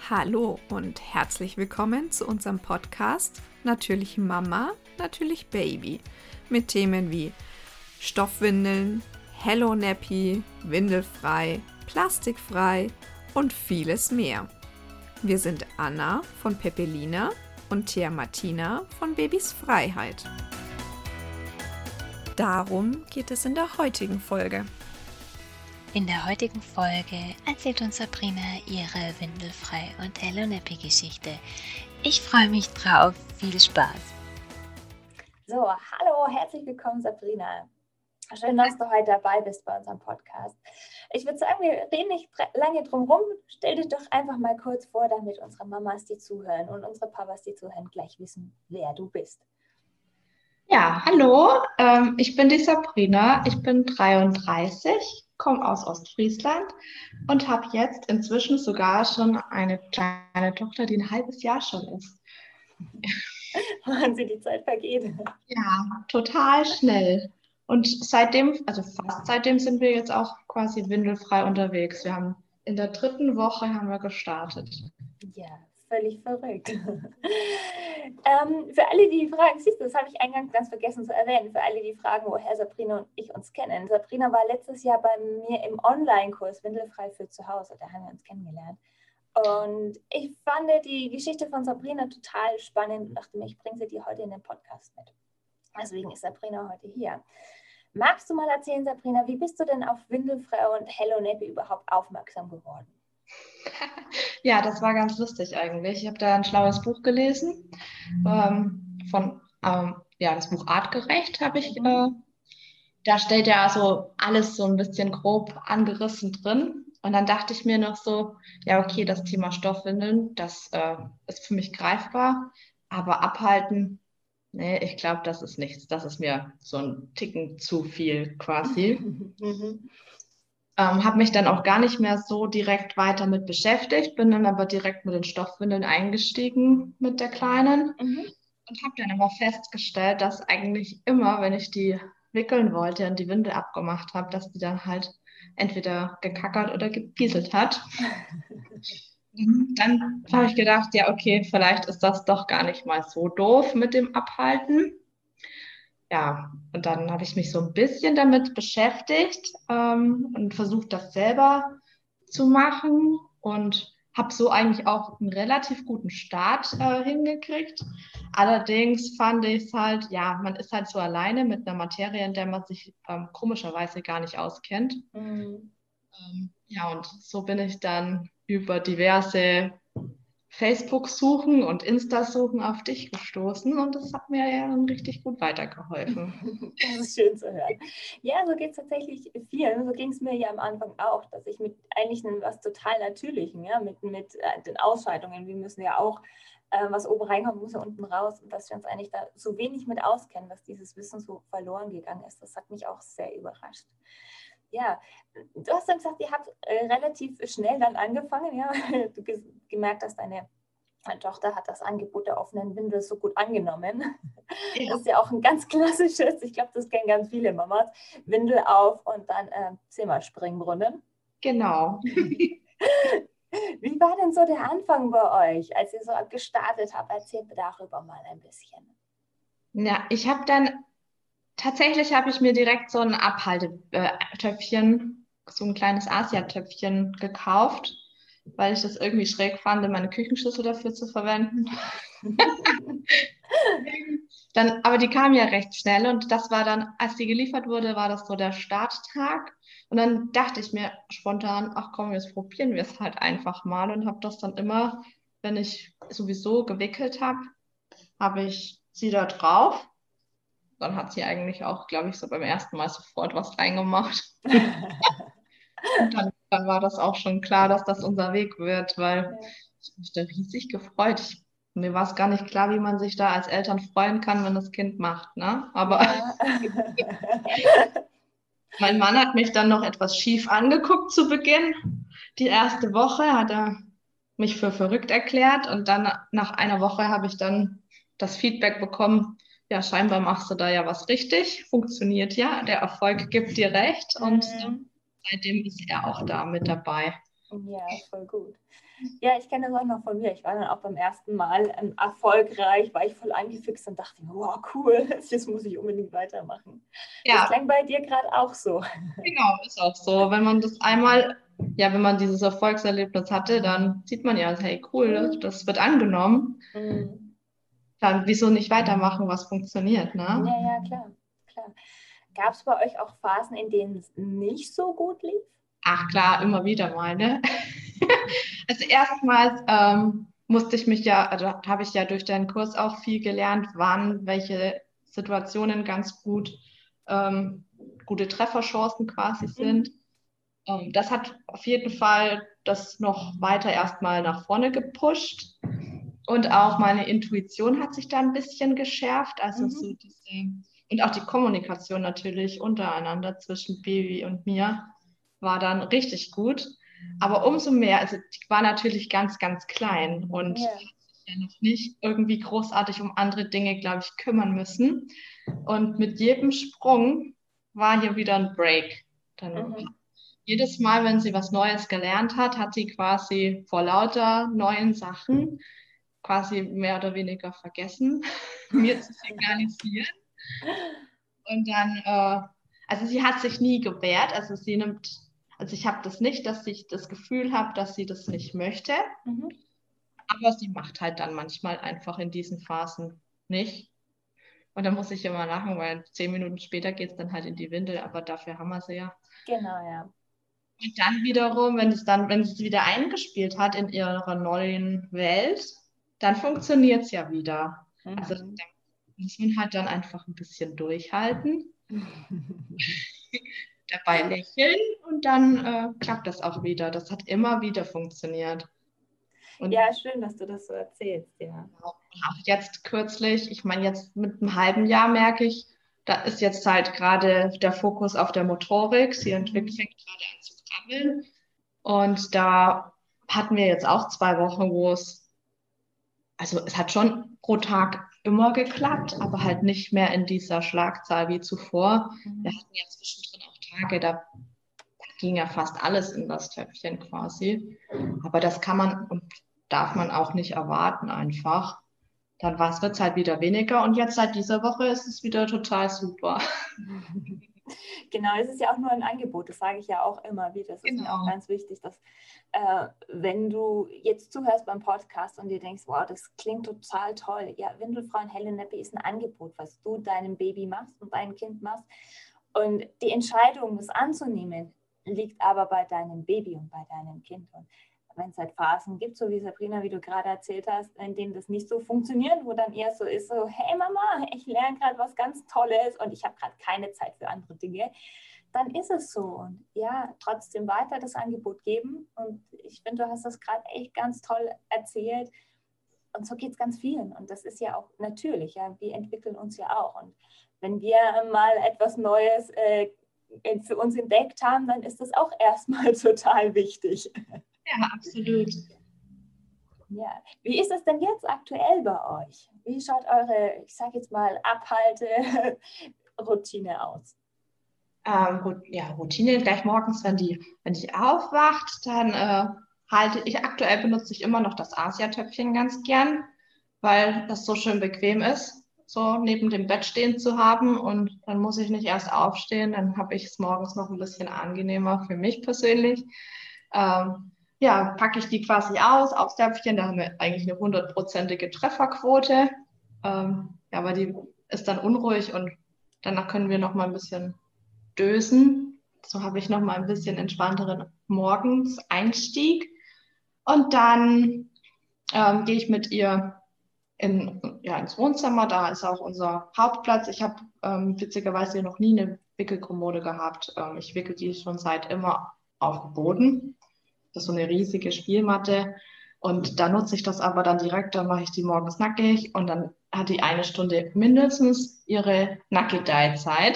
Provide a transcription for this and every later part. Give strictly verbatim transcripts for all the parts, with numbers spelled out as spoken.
Hallo und herzlich willkommen zu unserem Podcast Natürlich Mama, natürlich Baby mit Themen wie Stoffwindeln, Hello Nappy, windelfrei, plastikfrei und vieles mehr. Wir sind Anna von Peppelina und Thea Martina von Babys Freiheit. Darum geht es in der heutigen Folge. In der heutigen Folge erzählt uns Sabrina ihre Windelfrei und Hello Nappy Geschichte. Ich freue mich drauf. Viel Spaß! So, hallo, herzlich willkommen Sabrina. Schön, dass du heute dabei bist bei unserem Podcast. Ich würde sagen, wir reden nicht lange drum rum. Stell dich doch einfach mal kurz vor, damit unsere Mamas, die zuhören und unsere Papas, die zuhören, gleich wissen, wer du bist. Ja, hallo, ähm, ich bin die Sabrina, ich bin dreiunddreißig, komme aus Ostfriesland und habe jetzt inzwischen sogar schon eine kleine Tochter, die ein halbes Jahr schon ist. Wahnsinn, die Zeit vergeht. Ja, total schnell. Und seitdem, also fast seitdem sind wir jetzt auch quasi windelfrei unterwegs. Wir haben in der dritten Woche haben wir gestartet. Ja, völlig verrückt. ähm, für alle, die fragen, siehst du, das habe ich eingangs ganz vergessen zu erwähnen, für alle, die fragen, woher Sabrina und ich uns kennen. Sabrina war letztes Jahr bei mir im Online-Kurs Windelfrei für zu Hause, da haben wir uns kennengelernt. Und ich fand die Geschichte von Sabrina total spannend und dachte mir, ich bringe sie dir heute in den Podcast mit. Deswegen ist Sabrina heute hier. Magst du mal erzählen, Sabrina, wie bist du denn auf Windelfrei und Hello Nappy überhaupt aufmerksam geworden? Ja, das war ganz lustig eigentlich. Ich habe da ein schlaues Buch gelesen, ähm, von, ähm, ja, das Buch Artgerecht habe ich, äh, da steht ja so alles so ein bisschen grob angerissen drin. Und dann dachte ich mir noch so, ja, okay, das Thema Stoffwindeln, das äh, ist für mich greifbar, aber abhalten, nee, ich glaube, das ist nichts. Das ist mir so ein Ticken zu viel quasi. Mhm. Ähm, habe mich dann auch gar nicht mehr so direkt weiter mit beschäftigt, bin dann aber direkt mit den Stoffwindeln eingestiegen mit der Kleinen Mhm. und habe dann aber festgestellt, dass eigentlich immer, wenn ich die wickeln wollte und die Windel abgemacht habe, dass die dann halt entweder gekackert oder gepieselt hat. Dann habe ich gedacht, ja, okay, vielleicht ist das doch gar nicht mal so doof mit dem Abhalten. Ja, und dann habe ich mich so ein bisschen damit beschäftigt ähm, und versucht, das selber zu machen und habe so eigentlich auch einen relativ guten Start äh, hingekriegt. Allerdings fand ich es halt, ja, man ist halt so alleine mit einer Materie, in der man sich ähm, komischerweise gar nicht auskennt. Mhm. Ähm, ja, und so bin ich dann über diverse Facebook-Suchen und Insta-Suchen auf dich gestoßen und das hat mir ja dann richtig gut weitergeholfen. Das ist schön zu hören. Ja, so geht es tatsächlich vielen. So ging es mir ja am Anfang auch, dass ich mit eigentlich einem was total Natürlichen, ja, mit, mit äh, den Ausscheidungen, wir müssen ja auch, äh, was oben reinkommt, muss ja unten raus und dass wir uns eigentlich da so wenig mit auskennen, dass dieses Wissen so verloren gegangen ist, das hat mich auch sehr überrascht. Ja, du hast dann gesagt, ihr habt äh, relativ schnell dann angefangen, ja, du ge- gemerkt hast, deine meine Tochter hat das Angebot der offenen Windel so gut angenommen. Ja. Das ist ja auch ein ganz klassisches, ich glaube, das kennen ganz viele Mamas, Windel auf und dann äh, Zimmerspringbrunnen. Genau. Wie war denn so der Anfang bei euch, als ihr so gestartet habt? Erzählt darüber mal ein bisschen. Ja, ich habe dann, tatsächlich habe ich mir direkt so ein Abhaltetöpfchen, so ein kleines Asia-Töpfchen gekauft, weil ich das irgendwie schräg fand, meine Küchenschüssel dafür zu verwenden. Dann, aber die kam ja recht schnell und das war dann, als die geliefert wurde, war das so der Starttag. Und dann dachte ich mir spontan, ach komm, jetzt probieren wir es halt einfach mal und habe das dann immer, wenn ich sowieso gewickelt habe, habe ich sie da drauf. Dann hat sie eigentlich auch, glaube ich, so beim ersten Mal sofort was reingemacht. Und dann, dann war das auch schon klar, dass das unser Weg wird, weil ich habe mich da riesig gefreut. Ich, mir war es gar nicht klar, wie man sich da als Eltern freuen kann, wenn das Kind macht, ne? Aber Ja. mein Mann hat mich dann noch etwas schief angeguckt zu Beginn. Die erste Woche hat er mich für verrückt erklärt und dann nach einer Woche habe ich dann das Feedback bekommen, ja, scheinbar machst du da ja was richtig, funktioniert ja, der Erfolg gibt dir recht und Mhm. seitdem ist er auch da mit dabei. Ja, voll gut. Ja, ich kenne das auch noch von mir. Ich war dann auch beim ersten Mal ähm, erfolgreich, war ich voll angefixt und dachte mir, wow, cool, jetzt muss ich unbedingt weitermachen. Das Ja, klang bei dir gerade auch so. genau, ist auch so. Wenn man das einmal, ja, wenn man dieses Erfolgserlebnis hatte, dann sieht man ja, hey, cool, das wird angenommen. Mhm. Dann wieso nicht weitermachen, was funktioniert, ne? Ja, ja, klar, klar. Gab es bei euch auch Phasen, in denen es nicht so gut lief? Ach klar, immer wieder mal, ne? Also erstmals ähm, musste ich mich ja, also habe ich ja durch deinen Kurs auch viel gelernt, wann welche Situationen ganz gut ähm, gute Trefferchancen quasi sind. Mhm. Ähm, das hat auf jeden Fall das noch weiter erstmal nach vorne gepusht. Und auch meine Intuition hat sich da ein bisschen geschärft. Also so Mhm. diese, und auch die Kommunikation natürlich untereinander zwischen Baby und mir war dann richtig gut. Aber umso mehr, also die war natürlich ganz, ganz klein und Ja. hat sich ja noch nicht irgendwie großartig um andere Dinge, glaube ich, kümmern müssen. Und mit jedem Sprung war hier wieder ein Break. Dann Mhm. jedes Mal, wenn sie was Neues gelernt hat, hat sie quasi vor lauter neuen Sachen quasi mehr oder weniger vergessen, mir zu signalisieren. Und dann, äh, also sie hat sich nie gewehrt, also sie nimmt, also ich habe das nicht, dass ich das Gefühl habe, dass sie das nicht möchte, Mhm. aber sie macht halt dann manchmal einfach in diesen Phasen nicht. Und dann muss ich immer lachen, weil zehn Minuten später geht es dann halt in die Windel, aber dafür haben wir sie ja. Genau, ja. Und dann wiederum, wenn es dann, wenn es wieder eingespielt hat in ihrer neuen Welt, dann funktioniert es ja wieder. Also da Mhm. muss man halt dann einfach ein bisschen durchhalten, dabei lächeln und dann äh, klappt das auch wieder. Das hat immer wieder funktioniert. Und Ja, schön, dass du das so erzählst, ja. auch jetzt kürzlich, ich meine, jetzt mit einem halben Jahr merke ich, da ist jetzt halt gerade der Fokus auf der Motorik. Sie entwickelt, fängt gerade an zu krabbeln. Und da hatten wir jetzt auch zwei Wochen, wo es, also es hat schon pro Tag immer geklappt, aber halt nicht mehr in dieser Schlagzahl wie zuvor. Wir Mhm. hatten ja zwischendrin auch Tage, da ging ja fast alles in das Töpfchen quasi. Aber das kann man und darf man auch nicht erwarten einfach. Dann wird es halt wieder weniger und jetzt seit dieser Woche ist es wieder total super. Genau, es ist ja auch nur ein Angebot, das sage ich ja auch immer wieder. Das ist mir auch Genau. ganz wichtig, dass äh, wenn du jetzt zuhörst beim Podcast und dir denkst, wow, das klingt total toll. Ja, Windelfrau und Helle Nappy ist ein Angebot, was du deinem Baby machst und deinem Kind machst. Und die Entscheidung, das anzunehmen, liegt aber bei deinem Baby und bei deinem Kind. Und wenn es halt Phasen gibt, so wie Sabrina, wie du gerade erzählt hast, in denen das nicht so funktioniert, wo dann eher so ist, so, hey Mama, ich lerne gerade was ganz Tolles und ich habe gerade keine Zeit für andere Dinge, dann ist es so. Und ja, trotzdem weiter das Angebot geben. Und ich finde, du hast das gerade echt ganz toll erzählt. Und so geht es ganz vielen. Und das ist ja auch natürlich, ja, wir entwickeln uns ja auch. Und wenn wir mal etwas Neues äh, für uns entdeckt haben, dann ist das auch erstmal total wichtig. Ja, absolut. Ja. Wie ist es denn jetzt aktuell bei euch? Wie schaut eure, ich sage jetzt mal, Abhalte-Routine aus? Ähm, ja, Routine gleich morgens, wenn die, wenn die aufwacht, dann äh, halte ich, aktuell benutze ich immer noch das Asia-Töpfchen ganz gern, weil das so schön bequem ist, so neben dem Bett stehen zu haben und dann muss ich nicht erst aufstehen, dann habe ich es morgens noch ein bisschen angenehmer für mich persönlich. Ähm, ja, packe ich die quasi aus, aufs Töpfchen, da haben wir eigentlich eine hundertprozentige Trefferquote, ähm, ja, aber die ist dann unruhig und danach können wir noch mal ein bisschen dösen. So habe ich noch mal ein bisschen entspannteren Morgenseinstieg. Und dann ähm, gehe ich mit ihr in, ja, ins Wohnzimmer. Da ist auch unser Hauptplatz. Ich habe ähm, witzigerweise noch nie eine Wickelkommode gehabt. Ähm, ich wickel die schon seit immer auf dem Boden. Das ist so eine riesige Spielmatte. Und da nutze ich das aber dann direkt, dann mache ich die morgens nackig und dann hat die eine Stunde mindestens ihre Nackig-Dye-Zeit.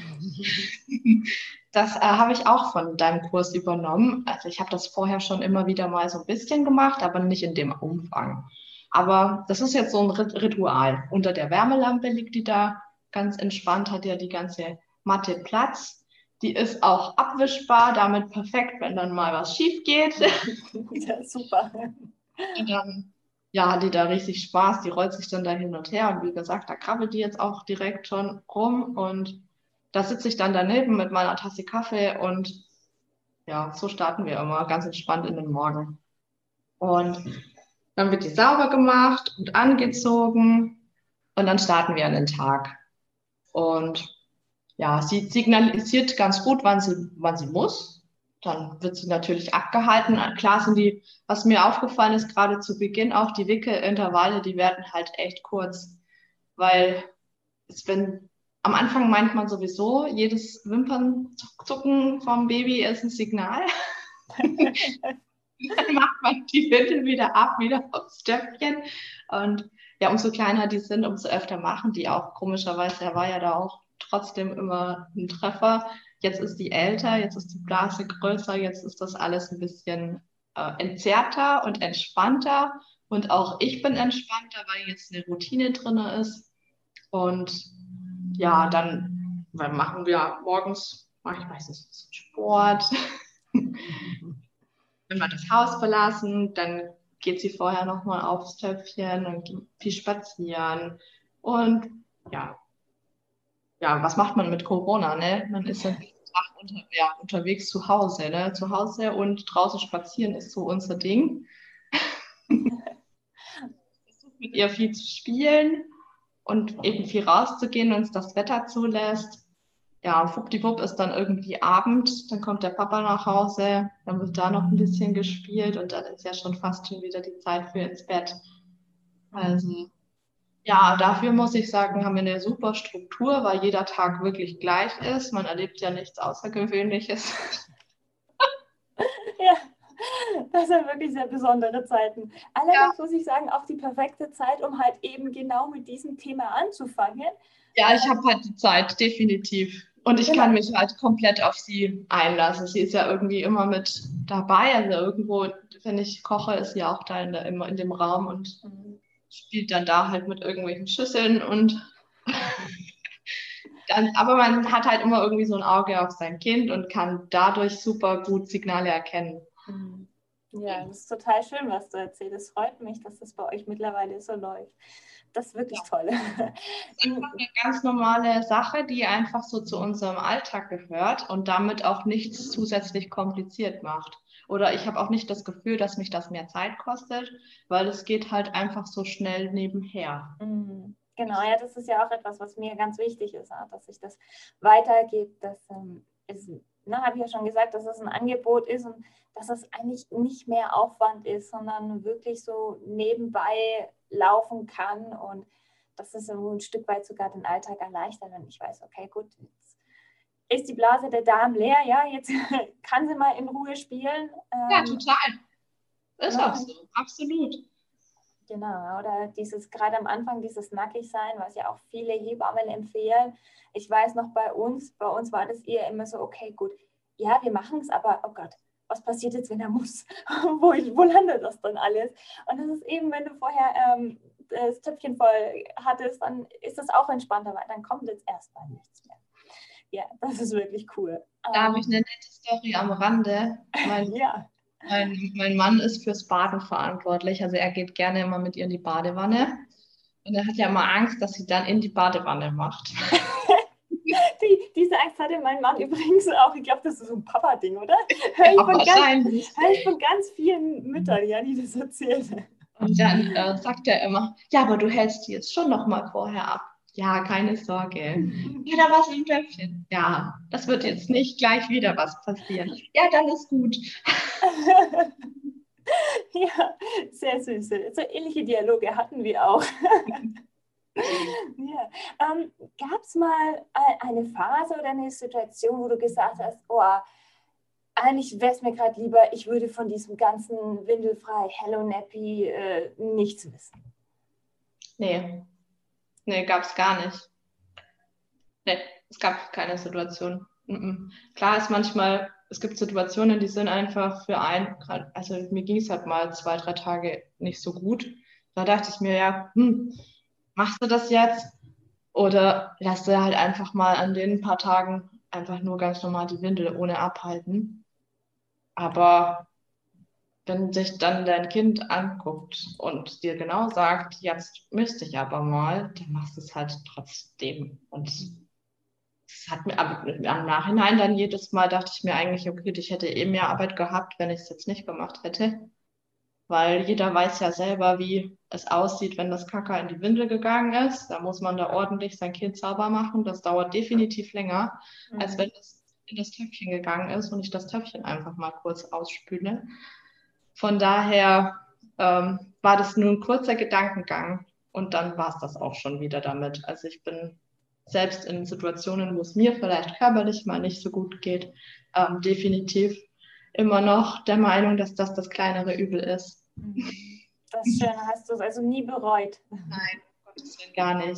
Das äh, habe ich auch von deinem Kurs übernommen. Also ich habe das vorher schon immer wieder mal so ein bisschen gemacht, aber nicht in dem Umfang. Aber das ist jetzt so ein Ritual. Unter der Wärmelampe liegt die da ganz entspannt, hat ja die ganze Matte Platz. Die ist auch abwischbar, damit perfekt, wenn dann mal was schief geht. Ja, super. Und dann, ja, hat die da richtig Spaß, die rollt sich dann da hin und her und wie gesagt, da krabbelt die jetzt auch direkt schon rum und da sitze ich dann daneben mit meiner Tasse Kaffee und ja, so starten wir immer ganz entspannt in den Morgen. Und dann wird die sauber gemacht und angezogen und dann starten wir an den Tag. Und ja, sie signalisiert ganz gut, wann sie, wann sie muss. Dann wird sie natürlich abgehalten. Klar sind die, was mir aufgefallen ist, gerade zu Beginn auch die Wickelintervalle, die werden halt echt kurz. Weil es, wenn, am Anfang meint man sowieso, jedes Wimpernzucken vom Baby ist ein Signal. Dann macht man die Windel wieder ab, wieder aufs Stöckchen. Und ja, umso kleiner die sind, umso öfter machen die auch. Komischerweise, er war ja da auch trotzdem immer ein Treffer. Jetzt ist die älter, jetzt ist die Blase größer, jetzt ist das alles ein bisschen äh, entzerrter und entspannter. Und auch ich bin entspannter, weil jetzt eine Routine drin ist. Und ja, dann, dann machen wir morgens, mach ich weiß nicht, ein bisschen Sport. Wenn wir das Haus verlassen, dann geht sie vorher nochmal aufs Töpfchen und geht viel spazieren. Und ja, ja, was macht man mit Corona, ne? Man ist ja den Tag unter, ja, unterwegs zu Hause, ne? Zu Hause und draußen spazieren ist so unser Ding. Versucht mit ihr viel zu spielen und eben viel rauszugehen, wenn es das Wetter zulässt. Ja, fuppdiwupp ist dann irgendwie Abend, dann kommt der Papa nach Hause, dann wird da noch ein bisschen gespielt und dann ist ja schon fast schon wieder die Zeit für ins Bett. Also ja, dafür muss ich sagen, haben wir eine super Struktur, weil jeder Tag wirklich gleich ist. Man erlebt ja nichts Außergewöhnliches. Ja, das sind wirklich sehr besondere Zeiten. Allerdings muss ich sagen, auch die perfekte Zeit, um halt eben genau mit diesem Thema anzufangen. Ja, ich habe halt die Zeit, definitiv. Und ich Genau. kann mich halt komplett auf sie einlassen. Sie ist ja irgendwie immer mit dabei. Also irgendwo, wenn ich koche, ist sie auch da in, der, immer in dem Raum und spielt dann da halt mit irgendwelchen Schüsseln und dann, aber man hat halt immer irgendwie so ein Auge auf sein Kind und kann dadurch super gut Signale erkennen. Ja, das ist total schön, was du erzählst. Es freut mich, dass das bei euch mittlerweile so läuft. Das ist wirklich Ja. toll. Das ist einfach eine ganz normale Sache, die einfach so zu unserem Alltag gehört und damit auch nichts zusätzlich kompliziert macht. Oder ich habe auch nicht das Gefühl, dass mich das mehr Zeit kostet, weil es geht halt einfach so schnell nebenher. Mhm. Genau, ja, das ist ja auch etwas, was mir ganz wichtig ist, dass ich das weitergebe. Das ähm, ist, ne, habe ich ja schon gesagt, dass es ein Angebot ist und dass es eigentlich nicht mehr Aufwand ist, sondern wirklich so nebenbei laufen kann und dass es so ein Stück weit sogar den Alltag erleichtert. Und ich weiß, okay, gut, jetzt ist die Blase der Darm leer, ja, jetzt kann sie mal in Ruhe spielen. Ähm, Ja, total. Ist ja, auch so, absolut. Genau, oder dieses gerade am Anfang, dieses Nackigsein, was ja auch viele Hebammen empfehlen. Ich weiß noch bei uns, bei uns war das eher immer so, okay, gut, ja, wir machen es, aber oh Gott, was passiert jetzt, wenn er muss? wo, wo landet das dann alles? Und das ist eben, wenn du vorher ähm, das Töpfchen voll hattest, dann ist das auch entspannter, weil dann kommt jetzt erstmal nichts mehr. Ja, das ist wirklich cool. Da habe ich eine nette Story am Rande. Mein, ja. mein, mein Mann ist fürs Baden verantwortlich, also er geht gerne immer mit ihr in die Badewanne. Und er hat ja immer Angst, dass sie dann in die Badewanne macht. Die, diese Angst hatte mein Mann übrigens auch. Ich glaube, das ist so ein Papa-Ding, oder? Hör ich, Ja, von ganz, wahrscheinlich. hör ich von ganz vielen Müttern, ja, die das erzählen. Und dann äh, sagt er immer, ja, aber du hältst die jetzt schon noch mal vorher ab. Ja, keine Sorge. Ja, da war ein Töpfchen. Ja, das wird jetzt nicht gleich wieder was passieren. Ja, dann ist gut. Ja, sehr süß. So ähnliche Dialoge hatten wir auch. Ja. Ähm, gab es mal eine Phase oder eine Situation, wo du gesagt hast, oh, eigentlich wäre es mir gerade lieber, ich würde von diesem ganzen Windelfrei, Hello Nappy äh, nichts wissen? Nee, nee, gab es gar nicht. Nee, es gab keine Situation. Mm-mm. Klar ist manchmal, es gibt Situationen, die sind einfach für einen, also mir ging es halt mal zwei, drei Tage nicht so gut. Da dachte ich mir, ja, hm, machst du das jetzt? Oder lässt du halt einfach mal an den paar Tagen einfach nur ganz normal die Windel ohne abhalten. Aber wenn sich dann dein Kind anguckt und dir genau sagt, jetzt müsste ich aber mal, dann machst du es halt trotzdem. Und es hat mir aber im Nachhinein dann jedes Mal dachte ich mir eigentlich, okay, ich hätte eh mehr Arbeit gehabt, wenn ich es jetzt nicht gemacht hätte. Weil jeder weiß ja selber, wie es aussieht, wenn das Kaka in die Windel gegangen ist. Da muss man da ordentlich sein Kind sauber machen. Das dauert definitiv länger, Mhm. als wenn es in das Töpfchen gegangen ist und ich das Töpfchen einfach mal kurz ausspüle. Von daher ähm, war das nur ein kurzer Gedankengang und dann war es das auch schon wieder damit. Also ich bin selbst in Situationen, wo es mir vielleicht körperlich mal nicht so gut geht, ähm, definitiv immer noch der Meinung, dass das das kleinere Übel ist. Das ist schön, hast du es also nie bereut. Nein, um Gottes Willen gar nicht.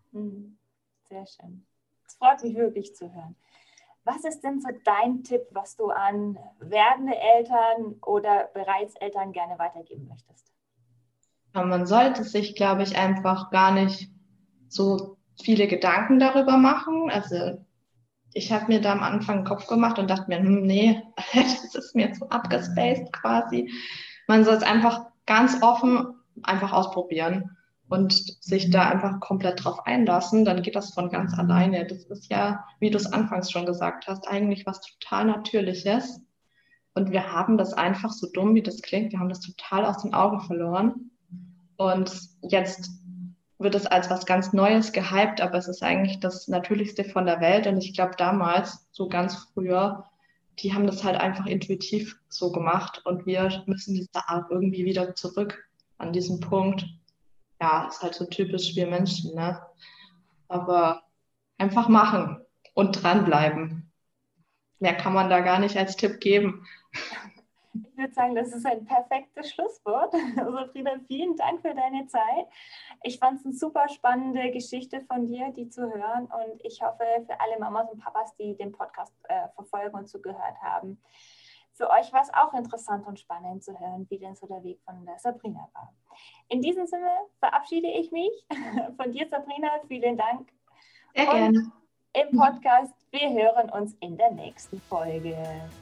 Sehr schön. Es freut mich wirklich zu hören. Was ist denn so dein Tipp, was du an werdende Eltern oder bereits Eltern gerne weitergeben möchtest? Aber man sollte sich, glaube ich, einfach gar nicht so viele Gedanken darüber machen. Also ich habe mir da am Anfang einen Kopf gemacht und dachte mir, hm, nee, das ist mir zu abgespaced quasi. Man soll es einfach ganz offen einfach ausprobieren und sich da einfach komplett drauf einlassen, dann geht das von ganz alleine. Das ist ja, wie du es anfangs schon gesagt hast, eigentlich was total Natürliches. Und wir haben das einfach, so dumm wie das klingt, wir haben das total aus den Augen verloren. Und jetzt wird es als was ganz Neues gehypt, aber es ist eigentlich das Natürlichste von der Welt. Und ich glaube, damals, so ganz früher, die haben das halt einfach intuitiv so gemacht. Und wir müssen jetzt da irgendwie wieder zurück an diesen Punkt. Ja, ist halt so typisch wir Menschen, ne? Aber einfach machen und dranbleiben. Mehr kann man da gar nicht als Tipp geben. Ich würde sagen, das ist ein perfektes Schlusswort. Also Frieda, vielen Dank für deine Zeit. Ich fand es eine super spannende Geschichte von dir, die zu hören. Und ich hoffe für alle Mamas und Papas, die den Podcast äh, verfolgen und zugehört haben, für euch war es auch interessant und spannend zu hören, wie denn so der Weg von der Sabrina war. In diesem Sinne verabschiede ich mich von dir, Sabrina. Vielen Dank. Sehr gerne. Und im Podcast, wir hören uns in der nächsten Folge.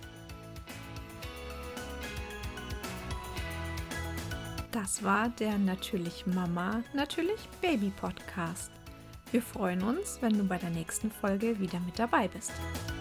Das war der Natürlich Mama, Natürlich Baby Podcast. Wir freuen uns, wenn du bei der nächsten Folge wieder mit dabei bist.